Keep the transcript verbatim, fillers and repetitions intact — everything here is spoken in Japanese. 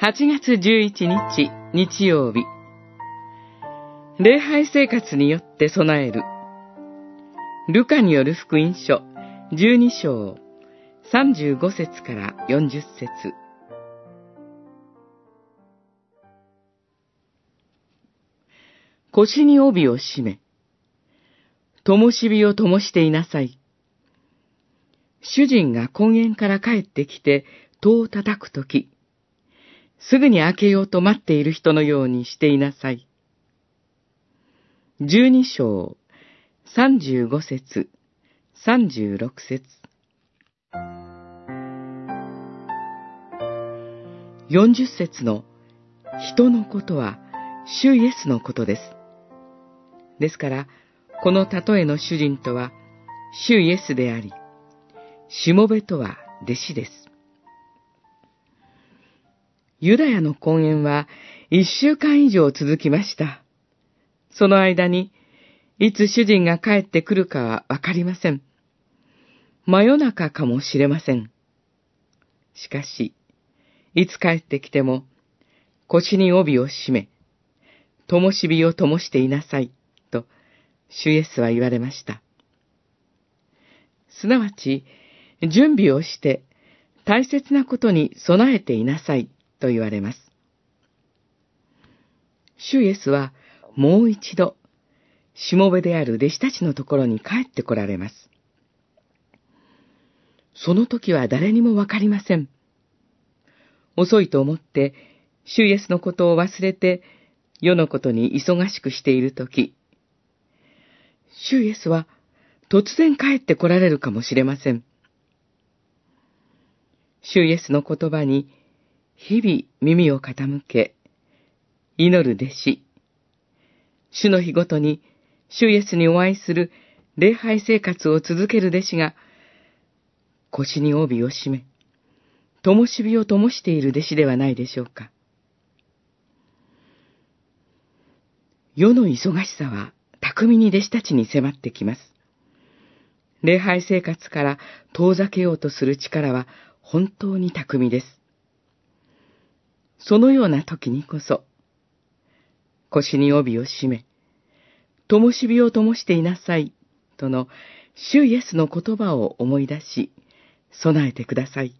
はちがつじゅういちにち日曜日、礼拝生活によって備えるルカによる福音書じゅうにしょうさんじゅうごせつからよんじゅっせつ。腰に帯を締め、灯火を灯していなさい。主人が婚宴から帰ってきて戸を叩くとき、すぐに開けようと待っている人のようにしていなさい。じゅうにしょうさんじゅうごせつ、さんじゅうろくせつ。よんじゅっせつの人のことは主イエスのことです。ですから、この例えの主人とは主イエスであり、しもべとは弟子です。ユダヤの婚宴は一週間以上続きました。その間に、いつ主人が帰ってくるかはわかりません。真夜中かもしれません。しかし、いつ帰ってきても、腰に帯を締め、灯火を灯していなさい、と、主イエスは言われました。すなわち、準備をして、大切なことに備えていなさい、と言われます。主イエスはもう一度、しもべである弟子たちのところに帰って来られます。その時は誰にもわかりません。遅いと思って、主イエスのことを忘れて、世のことに忙しくしている時、主イエスは突然帰って来られるかもしれません。主イエスの言葉に、日々耳を傾け、祈る弟子、主の日ごとに主イエスにお会いする礼拝生活を続ける弟子が、腰に帯を締め、灯火を灯している弟子ではないでしょうか。世の忙しさは巧みに弟子たちに迫ってきます。礼拝生活から遠ざけようとする力は本当に巧みです。そのような時にこそ、腰に帯を締め、灯火を灯していなさい、との主イエスの言葉を思い出し、備えてください。